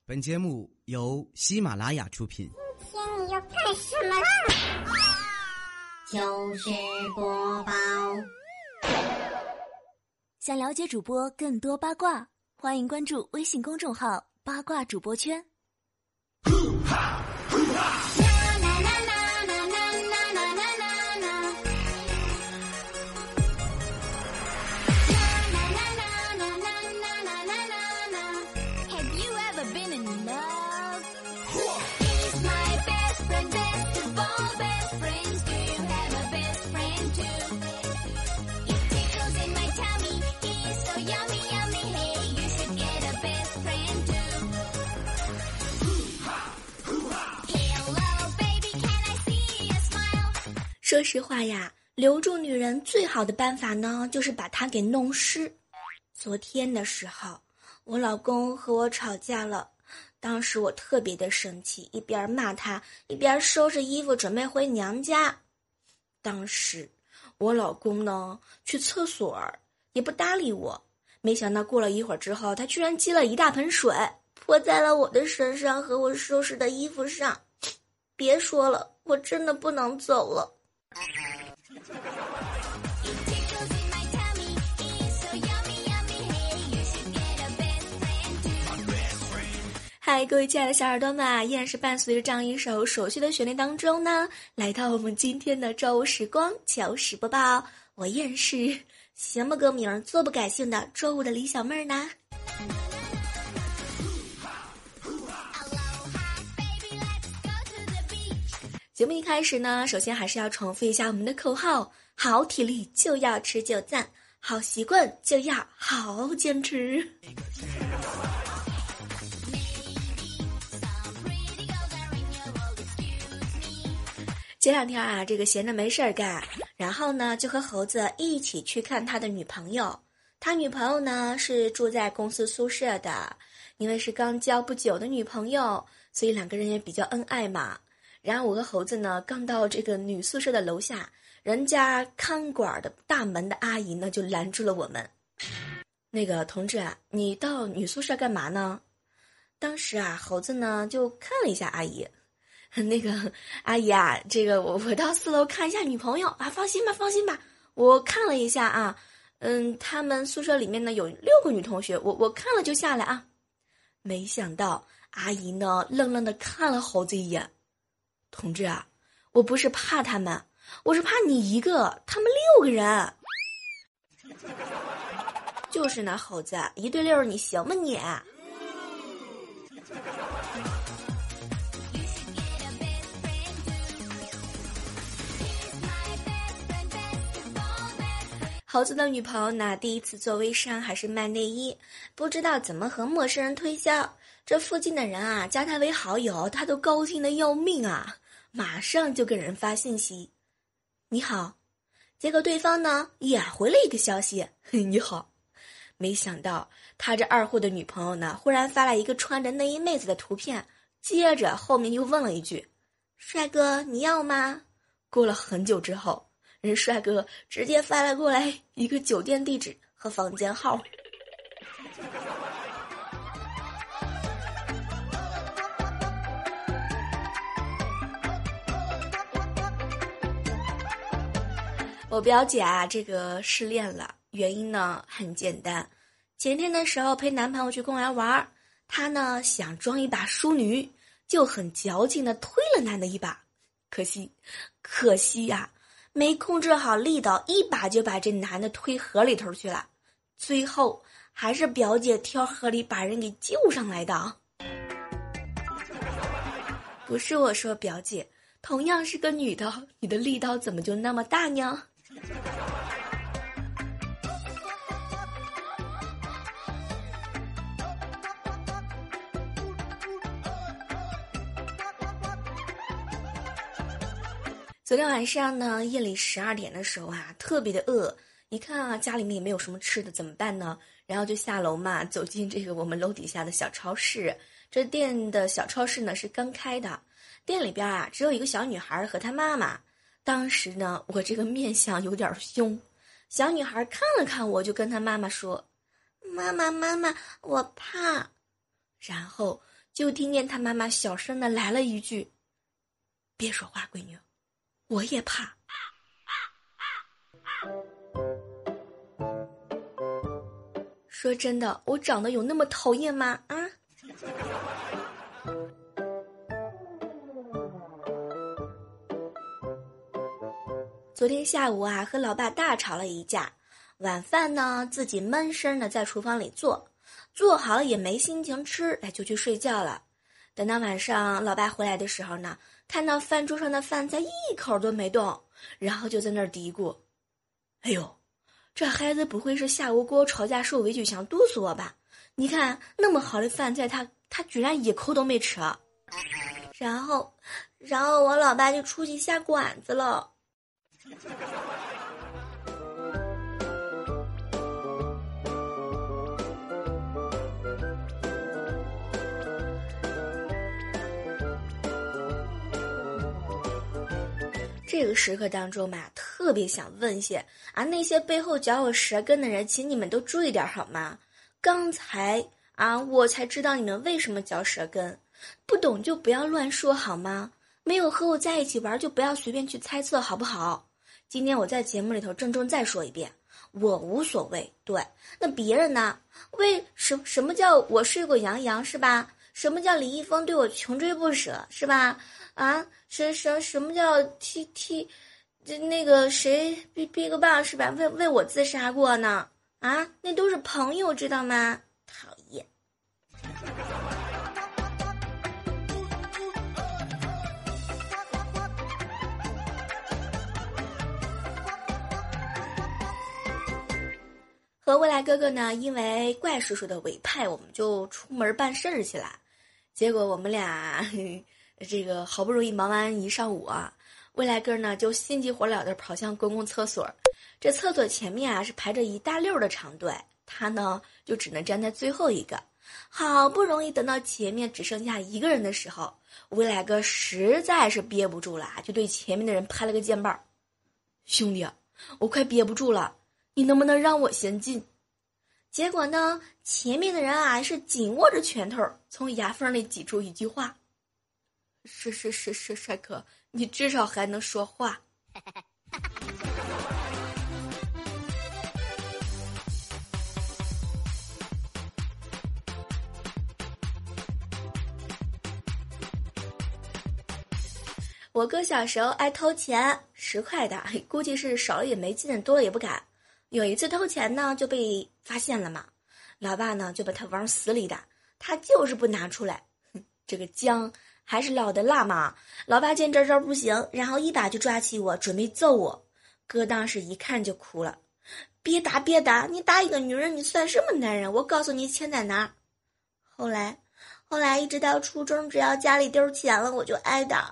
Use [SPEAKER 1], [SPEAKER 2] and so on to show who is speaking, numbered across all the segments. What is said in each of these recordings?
[SPEAKER 1] 本节目由喜马拉雅出品。
[SPEAKER 2] 今天你要干什么啦？
[SPEAKER 3] 糗事播报。
[SPEAKER 4] 想了解主播更多八卦，欢迎关注微信公众号“八卦主播圈”。说实话呀，留住女人最好的办法呢，就是把她给弄湿。昨天的时候，我老公和我吵架了，当时我特别的生气，一边骂他，一边收拾衣服准备回娘家。当时我老公呢去厕所也不搭理我，没想到过了一会儿之后，他居然接了一大盆水泼在了我的身上和我收拾的衣服上。别说了，我真的不能走了。嗨，各位亲爱的小耳朵们，依然是伴随着这样一首熟悉的旋律当中呢，来到我们今天的周五时光糗事播报。我依然是行不革命做不改姓的周五的李小妹儿呢。节目一开始呢，首先还是要重复一下我们的口号：好体力就要持久战，好习惯就要好好坚持。前两天啊，这个闲着没事儿干，然后呢就和猴子一起去看他的女朋友。他女朋友呢是住在公司宿舍的，因为是刚交不久的女朋友，所以两个人也比较恩爱嘛。然后我和猴子呢刚到这个女宿舍的楼下，人家看管的大门的阿姨呢就拦住了我们。那个同志啊，你到女宿舍干嘛呢？当时啊，猴子呢就看了一下阿姨。那个阿姨啊，这个我到4楼看一下女朋友啊，放心吧，我看了一下啊，他们宿舍里面呢有6个女同学，我看了就下来啊。没想到阿姨呢愣愣的看了猴子一眼，同志啊，我不是怕他们，我是怕你一个，他们6个人。就是那猴子，1对6你行吗你？猴子的女朋友呢，第一次做微商还是卖内衣，不知道怎么和陌生人推销。这附近的人啊，加他为好友，他都高兴的要命啊，马上就给人发信息：“你好。”结果对方呢也回了一个消息：“你好。”没想到他这二货的女朋友呢，忽然发来一个穿着内衣妹子的图片，接着后面又问了一句：“帅哥，你要吗？”过了很久之后，人帅哥直接发了过来一个酒店地址和房间号。我表姐啊，这个失恋了，原因呢很简单。前天的时候陪男朋友去公园玩，她呢想装一把淑女，就很矫情的推了男的一把，可惜呀，没控制好力道，一把就把这男的推河里头去了。最后还是表姐跳河里把人给救上来的。不是我说表姐，同样是个女的，你的力道怎么就那么大呢？昨天晚上呢，夜里12点的时候啊，特别的饿，一看啊家里面也没有什么吃的，怎么办呢？然后就下楼嘛，走进这个我们楼底下的小超市。这店的小超市呢是刚开的，店里边啊只有一个小女孩和她妈妈。当时呢，我这个面相有点凶，小女孩看了看我，就跟她妈妈说：“妈妈，我怕。” 然后就听见他妈妈小声的来了一句：“别说话，闺女，我也怕。”说真的，我长得有那么讨厌吗？啊！昨天下午啊，和老爸大吵了一架。晚饭呢，自己闷声的在厨房里做好了也没心情吃，就去睡觉了。等到晚上老爸回来的时候呢，看到饭桌上的饭菜一口都没动，然后就在那儿嘀咕：“哎呦，这孩子不会是下午跟我吵架受委屈想毒死我吧？你看那么好的饭菜，他居然一口都没吃。”然后我老爸就出去下馆子了。这个时刻当中嘛，特别想问一些那些背后嚼我舌根的人，请你们都注意点好吗？刚才我才知道你们为什么嚼舌根，不懂就不要乱说好吗？没有和我在一起玩就不要随便去猜测好不好？今天我在节目里头郑重再说一遍，我无所谓。对，那别人呢？为什么叫我睡过杨洋是吧？什么叫李易峰对我穷追不舍是吧？什么叫那个谁逼个棒是吧？为我自杀过呢？那都是朋友知道吗？讨厌。和未来哥哥呢，因为怪叔叔的委派，我们就出门办事儿去了。结果我们俩这个好不容易忙完一上午未来哥呢就心急火燎地跑向公共厕所。这厕所前面是排着一大溜的长队，他呢就只能站在最后一个。好不容易等到前面只剩下一个人的时候，未来哥实在是憋不住了，就对前面的人拍了个肩膀：“兄弟，我快憋不住了，你能不能让我先进？”结果呢，前面的人是紧握着拳头，从牙缝里挤出一句话：“是帅哥，你至少还能说话。”我哥小时候爱偷钱，10块的，估计是少了也没劲，多了也不敢。有一次偷钱呢，就被发现了嘛，老爸呢就把他往死里打，他就是不拿出来。这个姜还是老的辣嘛。老爸见这招不行，然后一把就抓起我，准备揍我。哥当时一看就哭了：“别打，你打一个女人，你算什么男人？我告诉你钱在哪儿。”后来一直到初中，只要家里丢钱了，我就挨打。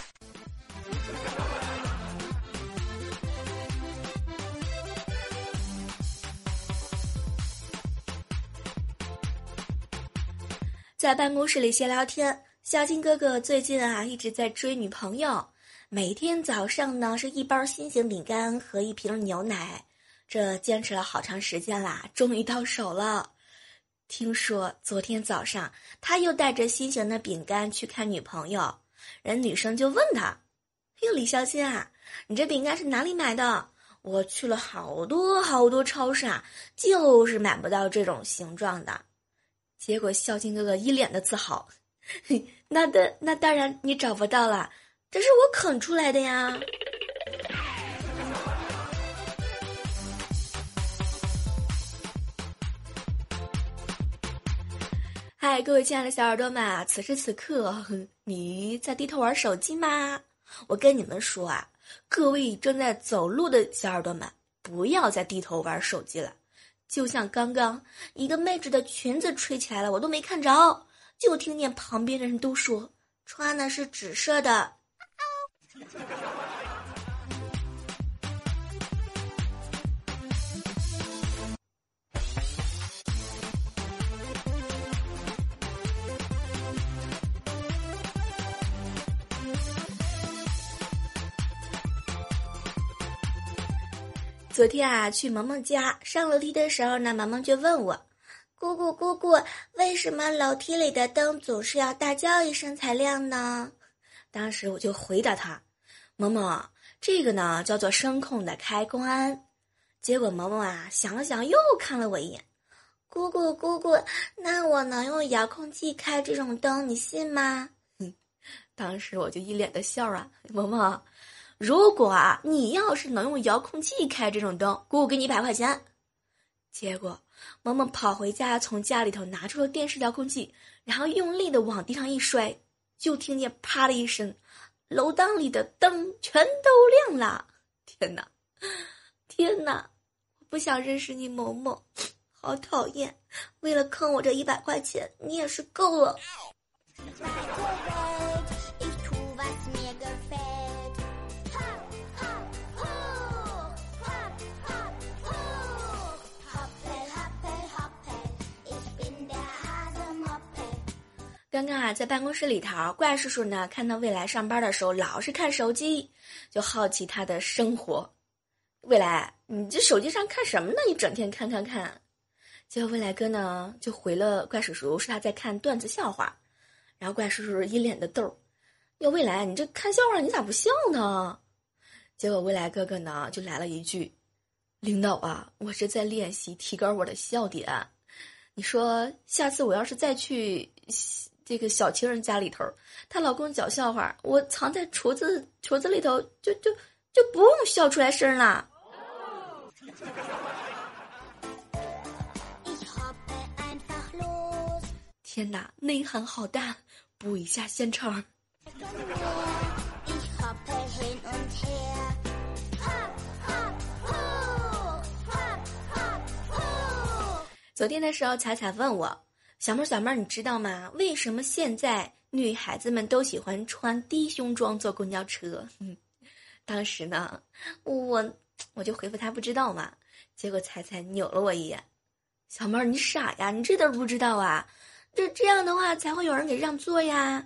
[SPEAKER 4] 在办公室里闲聊天，小金哥哥最近一直在追女朋友，每天早上呢是一包心形饼干和一瓶牛奶，这坚持了好长时间啦，终于到手了。听说昨天早上他又带着心形的饼干去看女朋友，人女生就问他：“哟，李小金你这饼干是哪里买的？我去了好多超市就是买不到这种形状的。”结果孝金哥哥一脸的自豪：“那当然你找不到了，这是我啃出来的呀。”嗨，各位亲爱的小耳朵们，此时此刻你在低头玩手机吗？我跟你们说各位正在走路的小耳朵们，不要再低头玩手机了。就像刚刚一个妹子的裙子吹起来了，我都没看着，就听见旁边的人都说穿的是紫色的。昨天去萌萌家，上楼梯的时候呢，萌萌就问我：“ 姑姑姑姑，为什么楼梯里的灯总是要大叫一声才亮呢？当时我就回答他，萌萌，这个呢叫做声控的开关。结果萌萌啊想了想，又看了我一眼。姑姑姑姑，那我能用遥控器开这种灯，你信吗？当时我就一脸的笑啊，萌萌，如果你要是能用遥控器开这种灯，姑姑给你100块钱。结果萌萌跑回家，从家里头拿出了电视遥控器，然后用力的往地上一摔，就听见啪的一声，楼道里的灯全都亮了。天哪，天哪，我不想认识你，萌萌，好讨厌！为了坑我这100块钱，你也是够了。刚刚啊，在办公室里头，怪叔叔呢看到未来上班的时候老是看手机，就好奇他的生活。未来，你这手机上看什么呢？你整天看。结果未来哥呢就回了怪叔叔，说他在看段子笑话。然后怪叔叔一脸的逗，哟，未来，你这看笑话你咋不笑呢？结果未来哥哥呢就来了一句，领导啊，我是在练习提高我的笑点。你说下次我要是再去这个小情人家里头，她老公讲笑话，我藏在橱子里头，就不用笑出来声了。天哪，内涵好大，补一下现场。昨天的时候，彩彩问我，小妹儿，你知道吗？为什么现在女孩子们都喜欢穿低胸装坐公交车？当时呢，我就回复她不知道嘛。结果彩彩扭了我一眼，小妹儿，你傻呀？你这都不知道啊？这样的话才会有人给让座呀。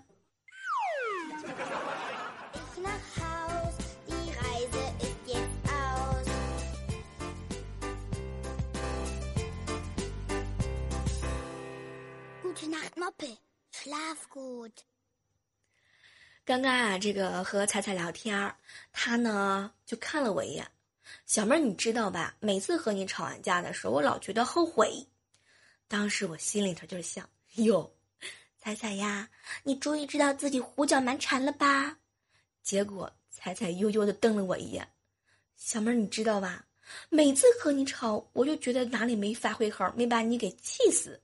[SPEAKER 4] 刚刚啊，这个和彩彩聊天，她呢就看了我一眼。小妹儿，你知道吧？每次和你吵完架的时候，我老觉得后悔。当时我心里头就是想，哟，彩彩呀，你终于知道自己胡搅蛮缠了吧？结果彩彩悠悠地瞪了我一眼。小妹儿，你知道吧？每次和你吵，我就觉得哪里没发挥好，没把你给气死。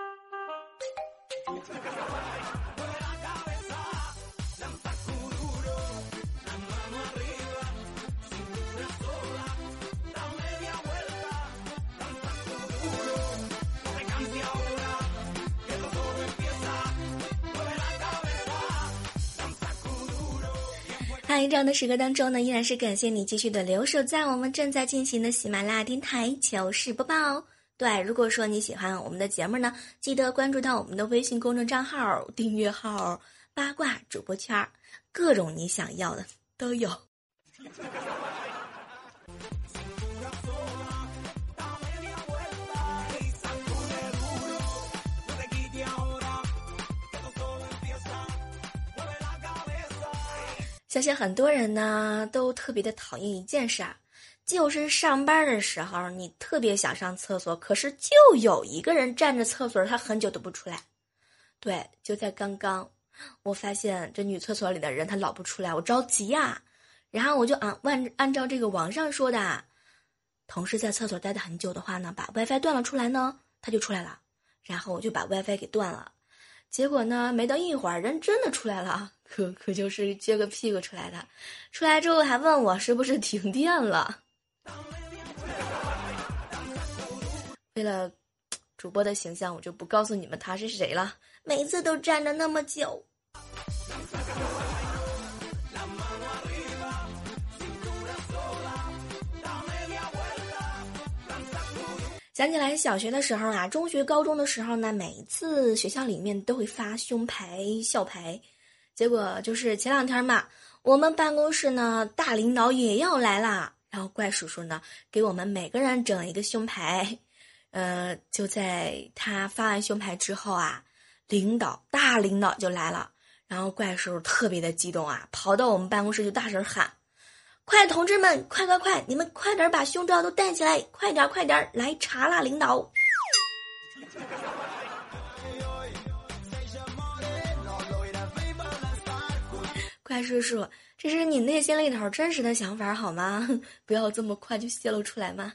[SPEAKER 4] 嗨，这样的时刻当中呢，依然是感谢你继续的留守在我们正在进行的喜马拉雅电台糗事播报。对，如果说你喜欢我们的节目呢，记得关注到我们的微信公众账号、订阅号、八卦主播圈，各种你想要的都有。相信很多人呢都特别的讨厌一件事儿，就是上班的时候你特别想上厕所，可是就有一个人站着厕所，他很久都不出来。对，就在刚刚，我发现这女厕所里的人他老不出来，我着急呀。然后我就按照这个网上说的，同事在厕所待得很久的话呢，把 WiFi 断了出来呢，他就出来了。然后我就把 WiFi 给断了。结果呢，没到一会儿，人真的出来了，可就是撅个屁股出来的。出来之后还问我是不是停电了。为了主播的形象，我就不告诉你们他是谁了。每次都站着那么久。想起来小学的时候啊，中学高中的时候呢，每一次学校里面都会发胸牌校牌。结果就是前2天嘛，我们办公室呢大领导也要来啦，然后怪叔叔呢给我们每个人整一个胸牌， 就在他发完胸牌之后啊，大领导就来了，然后怪叔叔特别的激动啊，跑到我们办公室就大声喊：快，同志们，快，你们快点把胸罩都戴起来，快点，来查啦，领导。怪叔叔，这是你内心里头真实的想法好吗？不要这么快就泄露出来嘛。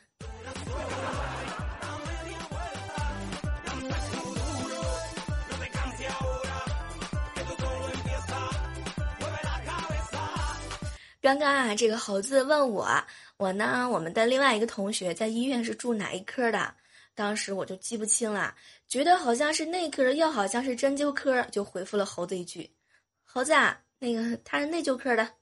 [SPEAKER 4] 刚刚啊，这个猴子问我呢，我们的另外一个同学在医院是住哪一科的？当时我就记不清了，觉得好像是内科，又好像是针灸科，就回复了猴子一句：猴子啊，那个他是内灸科的。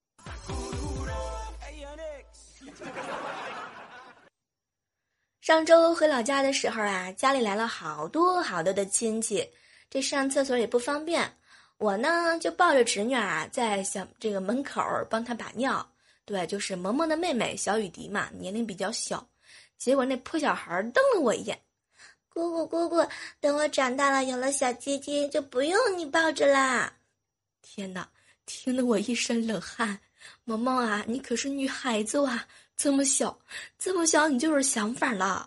[SPEAKER 4] 上周回老家的时候啊，家里来了好多的亲戚，这上厕所也不方便。我呢就抱着侄女啊，在这个门口帮她把尿。对，就是萌萌的妹妹小雨滴嘛，年龄比较小。结果那破小孩瞪了我一眼：姑姑，等我长大了有了小鸡鸡，就不用你抱着啦。天哪，听得我一身冷汗。萌萌啊，你可是女孩子啊，这么小你就有想法了。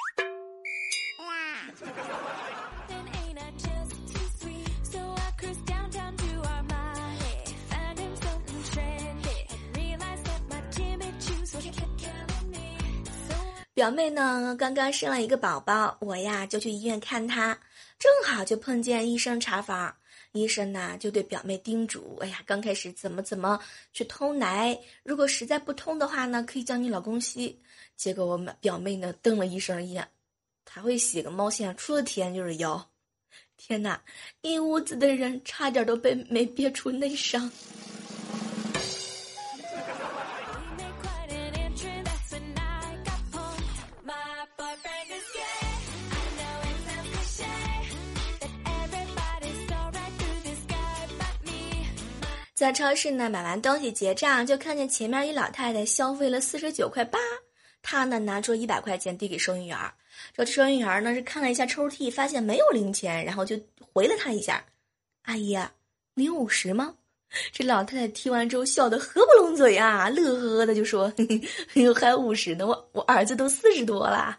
[SPEAKER 4] 表妹呢刚刚生了一个宝宝，我呀就去医院看她，正好就碰见医生查房。医生呢就对表妹叮嘱：哎呀，刚开始怎么去偷奶，如果实在不通的话呢，可以叫你老公吸。结果我们表妹呢瞪了医生一眼，他会洗个毛线，出了天就是妖。天哪，一屋子的人差点都被没憋出内伤。在超市呢买完东西结账，就看见前面一老太太消费了49.8块，她呢拿出100块钱递给收银员。这收银员呢是看了一下抽屉，发现没有零钱，然后就回了她一下：阿姨，你有50吗？这老太太听完之后笑得合不拢嘴啊，乐呵呵的就说：还50呢，我儿子都40多了。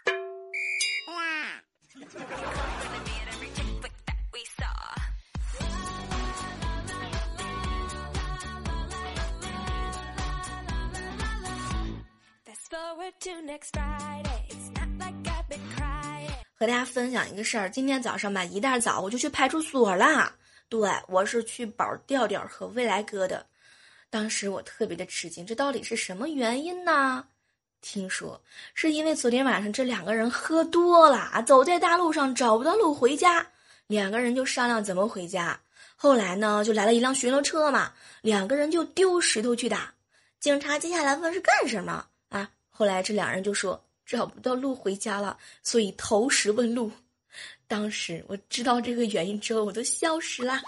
[SPEAKER 4] 和大家分享一个事儿，今天早上吧，一大早我就去派出所啦。对，我是去保调调和未来哥的。当时我特别的吃惊，这到底是什么原因呢？听说是因为昨天晚上这两个人喝多了，走在大路上找不到路回家，两个人就商量怎么回家。后来呢，就来了一辆巡逻车嘛，两个人就丢石头去打。警察接下来问是干什么啊？后来这两人就说找不到路回家了，所以投石问路。当时我知道这个原因之后，我都笑死了。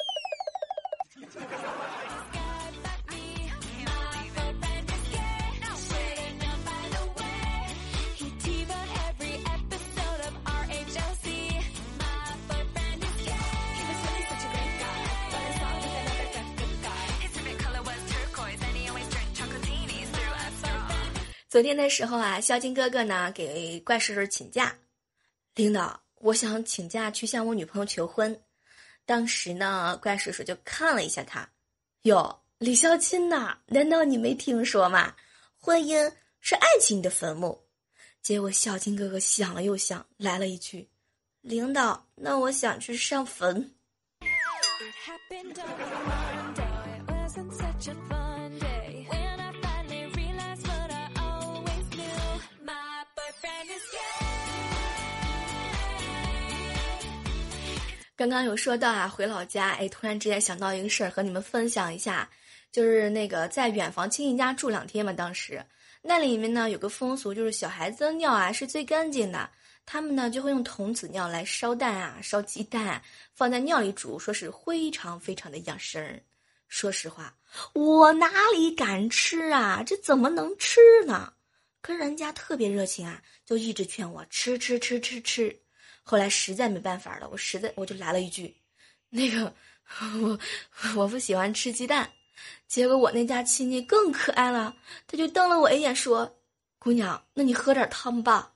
[SPEAKER 4] 昨天的时候啊，孝金哥哥呢给怪叔叔请假，领导，我想请假去向我女朋友求婚。当时呢，怪叔叔就看了一下他，哟，李孝钦呐，难道你没听说吗？婚姻是爱情的坟墓。结果孝金哥哥想了又想，来了一句：领导，那我想去上坟。刚刚有说到啊，回老家，突然之间想到一个事儿和你们分享一下，就是那个在远房亲戚家住2天嘛，当时那里面呢有个风俗，就是小孩子的尿啊是最干净的，他们呢就会用童子尿来烧蛋啊、烧鸡蛋，放在尿里煮，说是非常的养生。说实话，我哪里敢吃啊，这怎么能吃呢？ 可是人家特别热情啊，就一直劝我吃。后来实在没办法了，我就来了一句，那个我不喜欢吃鸡蛋。结果我那家亲戚更可爱了，他就瞪了我一眼说：“姑娘，那你喝点汤吧。”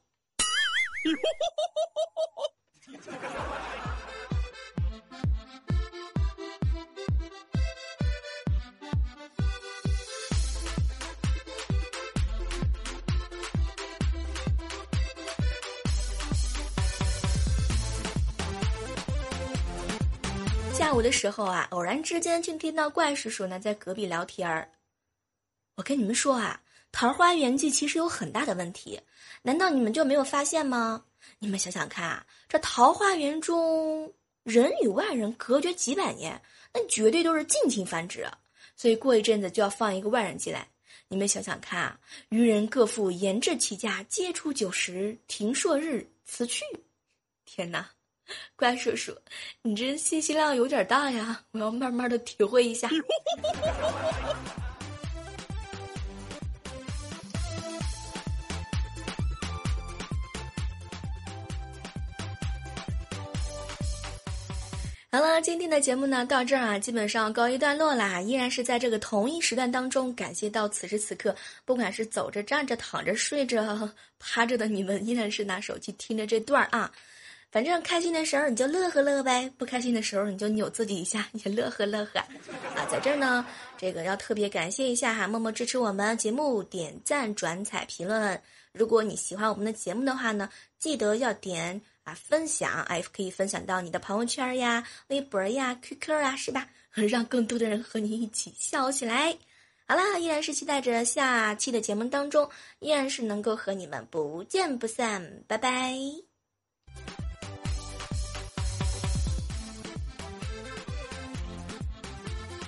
[SPEAKER 4] 下午的时候啊，偶然之间就听到怪叔叔呢在隔壁聊天儿。我跟你们说啊，桃花源记其实有很大的问题，难道你们就没有发现吗？你们想想看啊，这桃花源中人与外人隔绝几百年，那绝对都是近亲繁殖，所以过一阵子就要放一个外人进来。你们想想看啊，渔人各赴研制其家，皆出酒食，停朔日，辞去。天哪！怪叔叔，你这信息量有点大呀，我要慢慢的体会一下。好了，今天的节目呢到这儿啊，基本上告一段落啦。依然是在这个同一时段当中，感谢到此时此刻，不管是走着、站着、躺着、睡着、趴着的你们，依然是拿手机听着这段啊。反正开心的时候你就乐呵乐呗，不开心的时候你就扭自己一下，也乐呵乐呵啊。在这儿呢，这个要特别感谢一下哈，默默支持我们节目，点赞、转载、评论。如果你喜欢我们的节目的话呢，记得要点分享，可以分享到你的朋友圈呀、微博呀、QQ 啊，是吧？让更多的人和你一起笑起来。好啦，依然是期待着下期的节目当中，依然是能够和你们不见不散，拜拜。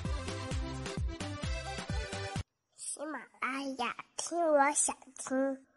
[SPEAKER 2] 喜马拉雅，听我想听。